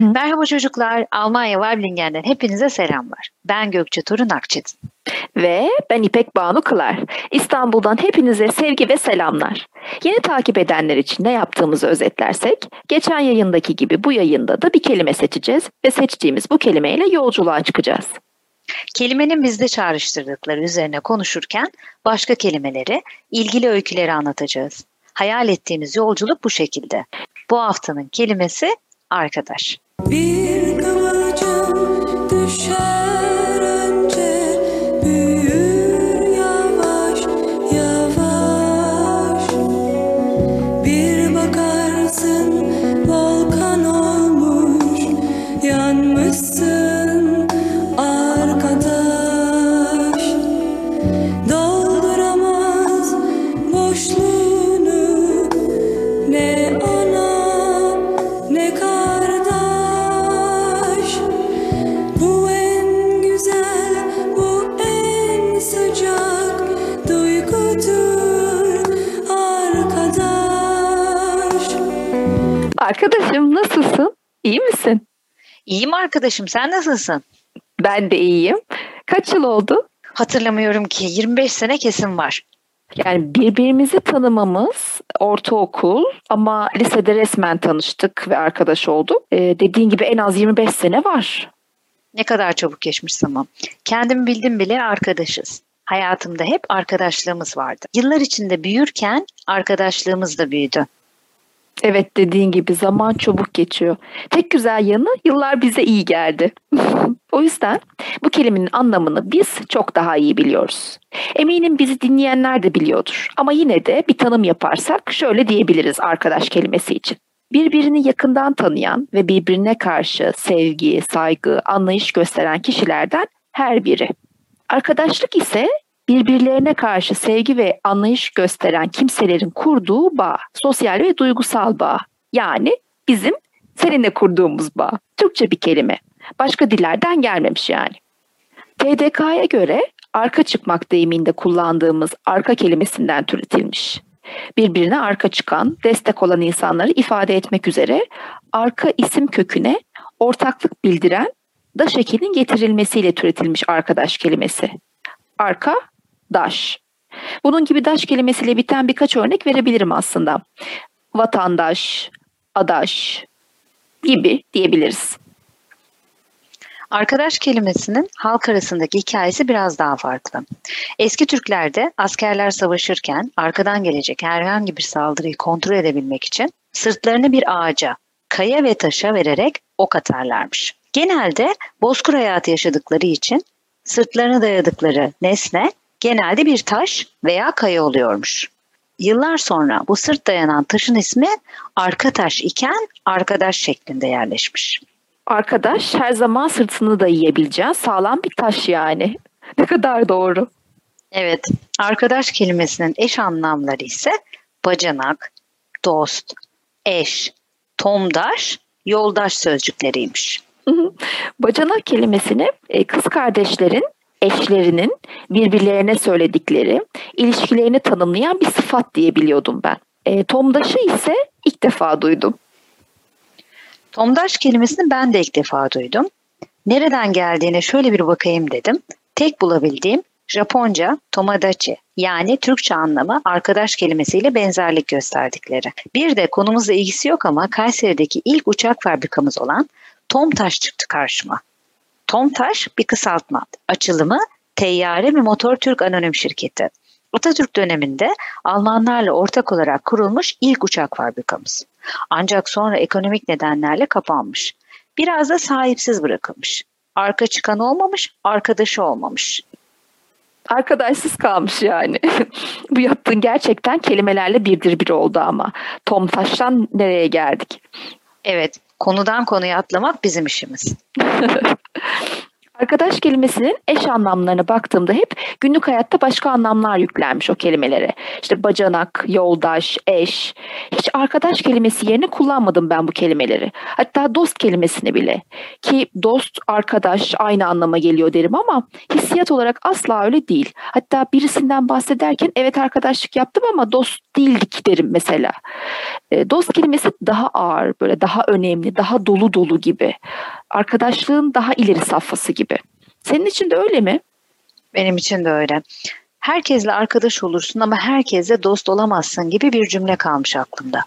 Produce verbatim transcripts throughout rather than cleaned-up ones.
Merhaba çocuklar, Almanya Weiblingen'den hepinize selamlar. Ben Gökçe Torun Akçetin. Ve ben İpek Banu Kılar. İstanbul'dan hepinize sevgi ve selamlar. Yeni takip edenler için ne yaptığımızı özetlersek, geçen yayındaki gibi bu yayında da bir kelime seçeceğiz ve seçtiğimiz bu kelimeyle yolculuğa çıkacağız. Kelimenin bizde çağrıştırdıkları üzerine konuşurken başka kelimeleri, ilgili öyküleri anlatacağız. Hayal ettiğimiz yolculuk bu şekilde. Bu haftanın kelimesi arkadaş. Bir kıvılcım düşer önce, büyür yavaş yavaş. Bir bakarsın volkan olmuş, yanmışsın arkadaş. Dolduramaz boşluğunu ne ana ne kardeş. Bu en güzel, bu en sıcak duygudur arkadaş. Arkadaşım nasılsın? İyi misin? İyiyim arkadaşım, sen nasılsın? Ben de iyiyim. Kaç yıl oldu? Hatırlamıyorum ki, yirmi beş sene kesin var. Yani birbirimizi tanımamız ortaokul ama lisede resmen tanıştık ve arkadaş olduk. Ee, dediğin gibi en az yirmi beş sene var. Ne kadar çabuk geçmiş zaman. Kendimi bildim bile arkadaşız. Hayatımda hep arkadaşlığımız vardı. Yıllar içinde büyürken arkadaşlığımız da büyüdü. Evet, dediğin gibi zaman çabuk geçiyor. Tek güzel yanı yıllar bize iyi geldi. O yüzden bu kelimenin anlamını biz çok daha iyi biliyoruz. Eminim bizi dinleyenler de biliyordur. Ama yine de bir tanım yaparsak şöyle diyebiliriz arkadaş kelimesi için. Birbirini yakından tanıyan ve birbirine karşı sevgi, saygı, anlayış gösteren kişilerden her biri. Arkadaşlık ise birbirlerine karşı sevgi ve anlayış gösteren kimselerin kurduğu bağ, sosyal ve duygusal bağ. Yani bizim seninle kurduğumuz bağ. Türkçe bir kelime. Başka dillerden gelmemiş yani. T D K'ya göre arka çıkmak deyiminde kullandığımız arka kelimesinden türetilmiş. Birbirine arka çıkan, destek olan insanları ifade etmek üzere arka isim köküne ortaklık bildiren daş ekinin getirilmesiyle türetilmiş arkadaş kelimesi. Arka, daş. Bunun gibi daş kelimesiyle biten birkaç örnek verebilirim aslında. Vatandaş, adaş gibi diyebiliriz. Arkadaş kelimesinin halk arasındaki hikayesi biraz daha farklı. Eski Türklerde askerler savaşırken arkadan gelecek herhangi bir saldırıyı kontrol edebilmek için sırtlarını bir ağaca, kaya ve taşa vererek ok atarlarmış. Genelde bozkır hayatı yaşadıkları için sırtlarına dayadıkları nesne genelde bir taş veya kaya oluyormuş. Yıllar sonra bu sırt dayanan taşın ismi arka taş iken arkadaş şeklinde yerleşmiş. Arkadaş her zaman sırtını dayayabileceğin sağlam bir taş yani. Ne kadar doğru. Evet, arkadaş kelimesinin eş anlamları ise bacanak, dost, eş, tomdaş, yoldaş sözcükleriymiş. Bacanak kelimesini kız kardeşlerin eşlerinin birbirlerine söyledikleri, ilişkilerini tanımlayan bir sıfat diye biliyordum ben. E, tomdaşı ise ilk defa duydum. Tomdaş kelimesini ben de ilk defa duydum. Nereden geldiğine şöyle bir bakayım dedim. Tek bulabildiğim Japonca tomodachi, yani Türkçe anlamı arkadaş kelimesiyle benzerlik gösterdikleri. Bir de konumuzla ilgisi yok ama Kayseri'deki ilk uçak fabrikamız olan Tomtaş çıktı karşıma. Tomtaş bir kısaltma. Açılımı Teyyare ve Motor Türk Anonim Şirketi. Atatürk döneminde Almanlarla ortak olarak kurulmuş ilk uçak fabrikamız. Ancak sonra ekonomik nedenlerle kapanmış. Biraz da sahipsiz bırakılmış. Arka çıkan olmamış, arkadaşı olmamış. Arkadaşsız kalmış yani. Bu yaptığın gerçekten kelimelerle birdir bir oldu ama. Tomtaş'tan nereye geldik? Evet, konudan konuya atlamak bizim işimiz. Arkadaş kelimesinin eş anlamlarına baktığımda hep günlük hayatta başka anlamlar yüklenmiş o kelimelere. İşte bacanak, yoldaş, eş. Hiç arkadaş kelimesi yerine kullanmadım ben bu kelimeleri. Hatta dost kelimesini bile. Ki dost, arkadaş aynı anlama geliyor derim ama hissiyat olarak asla öyle değil. Hatta birisinden bahsederken evet arkadaşlık yaptım ama dost değildik derim mesela. E, dost kelimesi daha ağır, böyle daha önemli, daha dolu dolu gibi. Arkadaşlığın daha ileri safhası gibi. Senin için de öyle mi? Benim için de öyle. Herkesle arkadaş olursun ama herkesle dost olamazsın gibi bir cümle kalmış aklımda.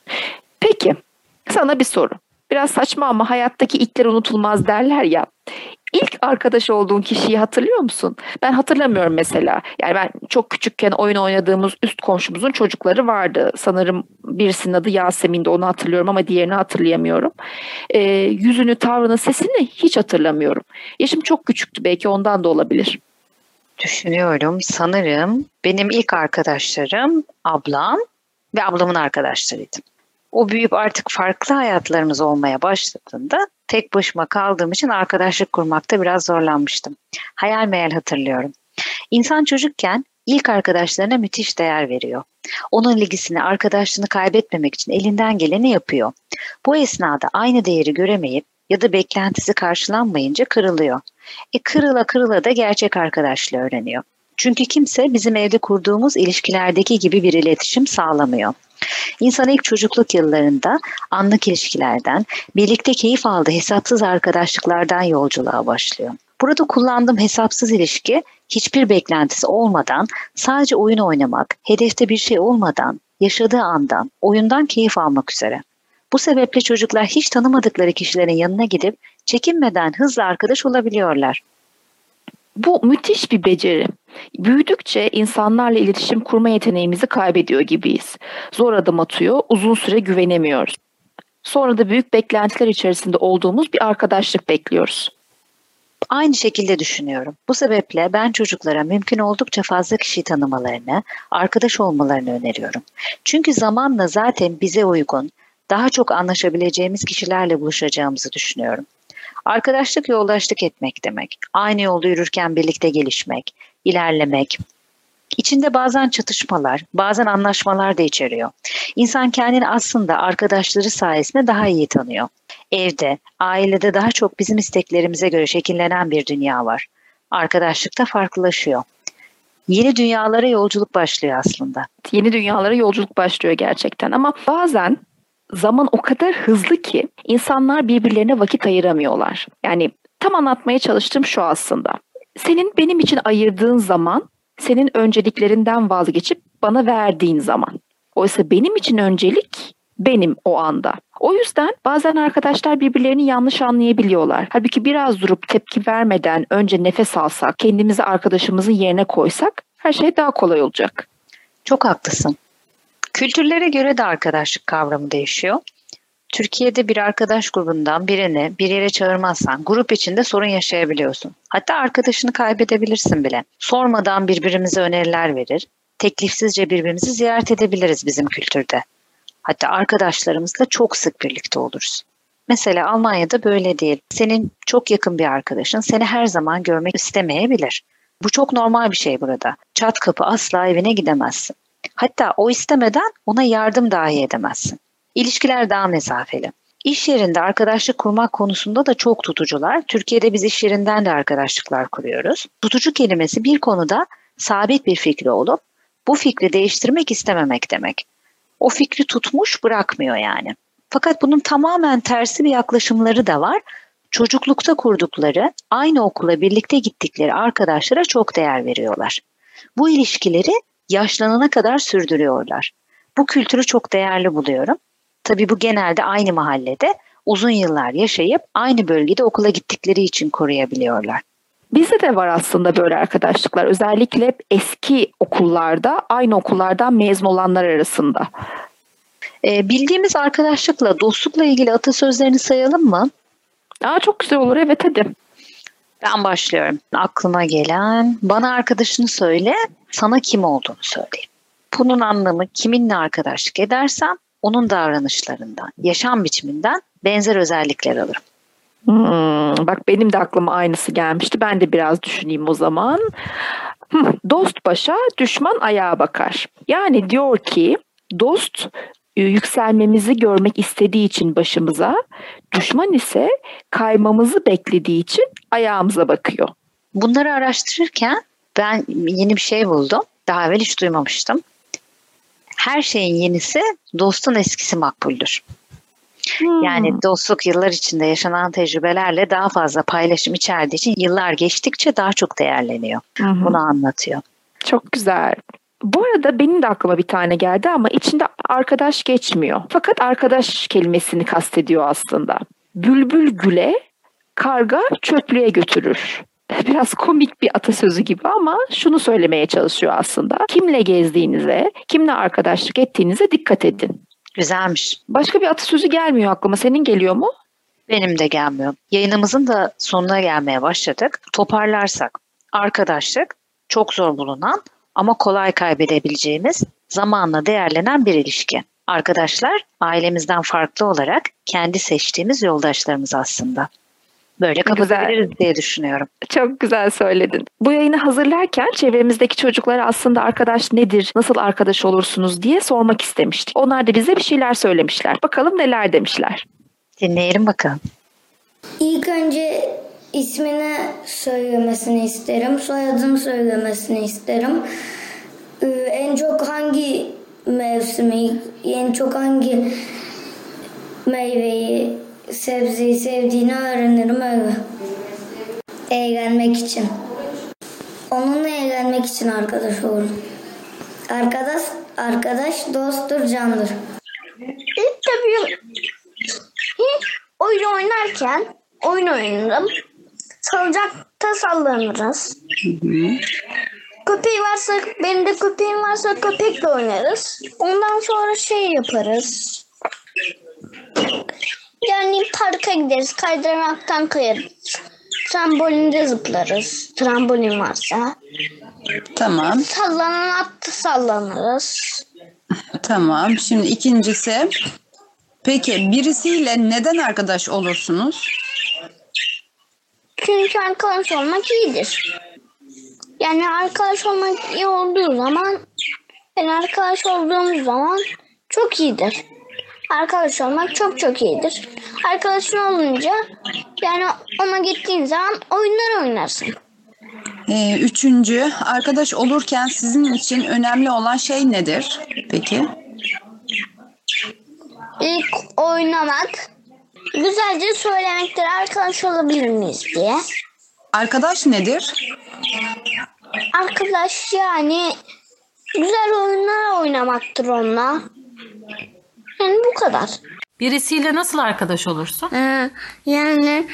Peki, sana bir soru. Biraz saçma ama hayattaki ilkler unutulmaz derler ya. İlk arkadaş olduğun kişiyi hatırlıyor musun? Ben hatırlamıyorum mesela. Yani ben çok küçükken oyun oynadığımız üst komşumuzun çocukları vardı. Sanırım birisinin adı Yasemin'di, onu hatırlıyorum ama diğerini hatırlayamıyorum. Ee, yüzünü, tavrını, sesini hiç hatırlamıyorum. Yaşım çok küçüktü, belki ondan da olabilir. Düşünüyorum, sanırım benim ilk arkadaşlarım ablam ve ablamın arkadaşlarıydı. O büyüyüp artık farklı hayatlarımız olmaya başladığında tek başıma kaldığım için arkadaşlık kurmakta biraz zorlanmıştım. Hayal meyal hatırlıyorum. İnsan çocukken ilk arkadaşlarına müthiş değer veriyor. Onun ilgisini, arkadaşlığını kaybetmemek için elinden geleni yapıyor. Bu esnada aynı değeri göremeyip ya da beklentisi karşılanmayınca kırılıyor. E kırıla kırıla da gerçek arkadaşlığı öğreniyor. Çünkü kimse bizim evde kurduğumuz ilişkilerdeki gibi bir iletişim sağlamıyor. İnsan ilk çocukluk yıllarında anlık ilişkilerden, birlikte keyif aldığı hesapsız arkadaşlıklardan yolculuğa başlıyor. Burada kullandığım hesapsız ilişki hiçbir beklentisi olmadan, sadece oyun oynamak, hedefte bir şey olmadan, yaşadığı andan, oyundan keyif almak üzere. Bu sebeple çocuklar hiç tanımadıkları kişilerin yanına gidip çekinmeden hızla arkadaş olabiliyorlar. Bu müthiş bir beceri. Büyüdükçe insanlarla iletişim kurma yeteneğimizi kaybediyor gibiyiz. Zor adım atıyor, uzun süre güvenemiyoruz. Sonra da büyük beklentiler içerisinde olduğumuz bir arkadaşlık bekliyoruz. Aynı şekilde düşünüyorum. Bu sebeple ben çocuklara mümkün oldukça fazla kişiyi tanımalarını, arkadaş olmalarını öneriyorum. Çünkü zamanla zaten bize uygun, daha çok anlaşabileceğimiz kişilerle buluşacağımızı düşünüyorum. Arkadaşlık yoldaşlık etmek demek. Aynı yolda yürürken birlikte gelişmek, ilerlemek. İçinde bazen çatışmalar, bazen anlaşmalar da içeriyor. İnsan kendini aslında arkadaşları sayesinde daha iyi tanıyor. Evde, ailede daha çok bizim isteklerimize göre şekillenen bir dünya var. Arkadaşlıkta farklılaşıyor. Yeni dünyalara yolculuk başlıyor aslında. Yeni dünyalara yolculuk başlıyor gerçekten ama bazen zaman o kadar hızlı ki insanlar birbirlerine vakit ayıramıyorlar. Yani tam anlatmaya çalıştığım şu aslında. Senin benim için ayırdığın zaman, senin önceliklerinden vazgeçip bana verdiğin zaman. Oysa benim için öncelik benim o anda. O yüzden bazen arkadaşlar birbirlerini yanlış anlayabiliyorlar. Halbuki biraz durup tepki vermeden önce nefes alsak, kendimizi arkadaşımızın yerine koysak her şey daha kolay olacak. Çok haklısın. Kültürlere göre de arkadaşlık kavramı değişiyor. Türkiye'de bir arkadaş grubundan birini bir yere çağırmazsan grup içinde sorun yaşayabiliyorsun. Hatta arkadaşını kaybedebilirsin bile. Sormadan birbirimize öneriler verir, teklifsizce birbirimizi ziyaret edebiliriz bizim kültürde. Hatta arkadaşlarımızla çok sık birlikte oluruz. Mesela Almanya'da böyle değil. Senin çok yakın bir arkadaşın seni her zaman görmek istemeyebilir. Bu çok normal bir şey burada. Çat kapı asla evine gidemezsin. Hatta o istemeden ona yardım dahi edemezsin. İlişkiler daha mesafeli. İş yerinde arkadaşlık kurmak konusunda da çok tutucular. Türkiye'de biz iş yerinden de arkadaşlıklar kuruyoruz. Tutucu kelimesi bir konuda sabit bir fikri olup bu fikri değiştirmek istememek demek. O fikri tutmuş bırakmıyor yani. Fakat bunun tamamen tersi bir yaklaşımları da var. Çocuklukta kurdukları, aynı okula birlikte gittikleri arkadaşlara çok değer veriyorlar. Bu ilişkileri yaşlanana kadar sürdürüyorlar. Bu kültürü çok değerli buluyorum. Tabii bu genelde aynı mahallede uzun yıllar yaşayıp aynı bölgede okula gittikleri için koruyabiliyorlar. Bizde de var aslında böyle arkadaşlıklar. Özellikle hep eski okullarda, aynı okullardan mezun olanlar arasında. Ee, bildiğimiz arkadaşlıkla, dostlukla ilgili atasözlerini sayalım mı? Aa, çok güzel olur, evet hadi. Ben başlıyorum. Aklıma gelen, bana arkadaşını söyle, sana kim olduğunu söyleyeyim. Bunun anlamı kiminle arkadaşlık edersem onun davranışlarından, yaşam biçiminden benzer özellikler alırım. Hmm, bak benim de aklıma aynısı gelmişti. Ben de biraz düşüneyim o zaman. Hmm, dost başa, düşman ayağa bakar. Yani diyor ki dost e, yükselmemizi görmek istediği için başımıza, düşman ise kaymamızı beklediği için ayağımıza bakıyor. Bunları araştırırken ben yeni bir şey buldum. Daha evvel hiç duymamıştım. Her şeyin yenisi dostun eskisi makbuldür. Hmm. Yani dostluk yıllar içinde yaşanan tecrübelerle daha fazla paylaşım içerdiği için yıllar geçtikçe daha çok değerleniyor. Hı hı. Bunu anlatıyor. Çok güzel. Bu arada benim de aklıma bir tane geldi ama içinde arkadaş geçmiyor. Fakat arkadaş kelimesini kastediyor aslında. Bülbül güle, karga çöplüğe götürür. Biraz komik bir atasözü gibi ama şunu söylemeye çalışıyor aslında. Kimle gezdiğinize, kimle arkadaşlık ettiğinize dikkat edin. Güzelmiş. Başka bir atasözü gelmiyor aklıma. Senin geliyor mu? Benim de gelmiyor. Yayınımızın da sonuna gelmeye başladık. Toparlarsak arkadaşlık çok zor bulunan ama kolay kaybedebileceğimiz, zamanla değerlenen bir ilişki. Arkadaşlar ailemizden farklı olarak kendi seçtiğimiz yoldaşlarımız aslında. Böyle kapatabiliriz diye düşünüyorum. Çok güzel söyledin. Bu yayını hazırlarken çevremizdeki çocuklara aslında arkadaş nedir, nasıl arkadaş olursunuz diye sormak istemiştik. Onlar da bize bir şeyler söylemişler. Bakalım neler demişler. Dinleyelim bakalım. İlk önce ismini söylemesini isterim, soyadını söylemesini isterim. Ee, en çok hangi mevsimi, en çok hangi meyveyi, sebzeyi sevdiğini öğrenirim öyle. Eğlenmek için. Onunla eğlenmek için arkadaş olurum. Arkadaş, arkadaş dosttur, candır. İlk tabii oyun oynarken oyun oynarım. Salıncakta sallanırız. Hı hı. Köpeği varsa, benim de köpeğim varsa köpekle oynarız. Ondan sonra şey yaparız. Yani parka gideriz, kaydıraktan kayarız. Trambolinde zıplarız, trambolin varsa. Tamam. Sallanan atta sallanırız. Tamam. Şimdi ikincisi. Peki birisiyle neden arkadaş olursunuz? Çünkü arkadaş olmak iyidir. Yani arkadaş olmak iyi olduğu zaman, yani arkadaş olduğumuz zaman çok iyidir. Arkadaş olmak çok çok iyidir. Arkadaşın olunca yani ona gittiğin zaman oyunlar oynarsın. Ee, üçüncü, arkadaş olurken sizin için önemli olan şey nedir? Peki. İlk oynamak, güzelce söylemektir, arkadaş olabilir miyiz diye. Arkadaş nedir? Arkadaş yani güzel oyunlar oynamaktır onunla. Yani bu kadar. Birisiyle nasıl arkadaş olursun? Ee, yani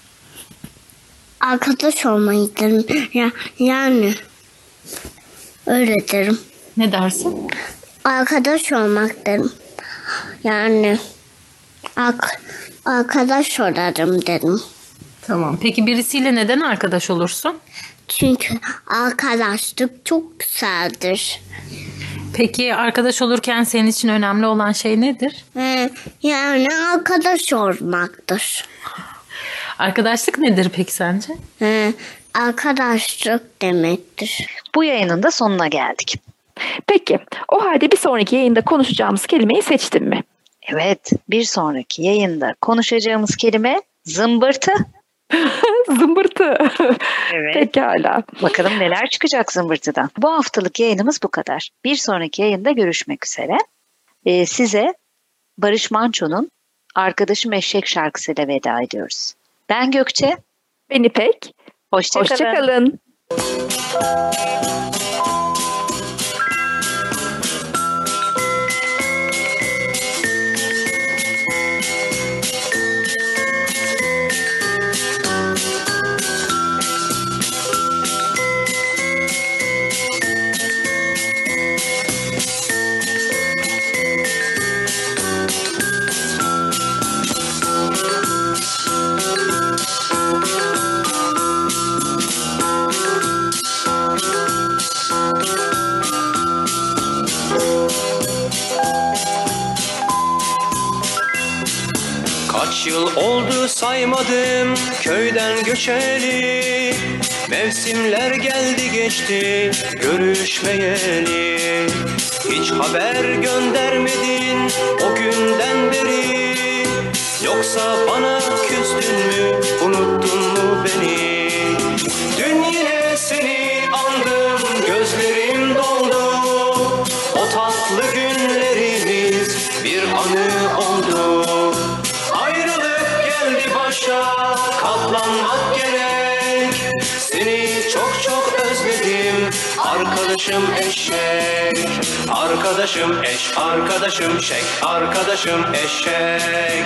arkadaş olmayı derim. Ya, yani öyle derim. Ne dersin? Arkadaş olmak derim. Yani ak, arkadaş olarım derim. Tamam. Peki birisiyle neden arkadaş olursun? Çünkü arkadaşlık çok güzeldir. Peki arkadaş olurken senin için önemli olan şey nedir? Ee, yani arkadaş olmaktır. Arkadaşlık nedir peki sence? Ee, arkadaşlık demektir. Bu yayının da sonuna geldik. Peki o halde bir sonraki yayında konuşacağımız kelimeyi seçtin mi? Evet, bir sonraki yayında konuşacağımız kelime zımbırtı. Zımbırtı. Evet. Pekala. Bakalım neler çıkacak zımbırtıdan. Bu haftalık yayınımız bu kadar. Bir sonraki yayında görüşmek üzere. Ee, size Barış Manço'nun Arkadaşım Eşek şarkısıyla veda ediyoruz. Ben Gökçe. Ben İpek. Hoşça kalın. Hoşça kalın. saymadım köyden göçeli. Mevsimler geldi geçti görüşmeyeli. Hiç haber göndermedin o günden beri. Yoksa bana küstün mü, unuttun mu beni? Dün yine seni andım, gözlerim doldu. O tatlı günlerimiz bir anı oldu. Ayrılık geldi başa, katlanmak gerek. Seni çok çok özledim, arkadaşım eşek. Arkadaşım eş, arkadaşım şek, arkadaşım eşek.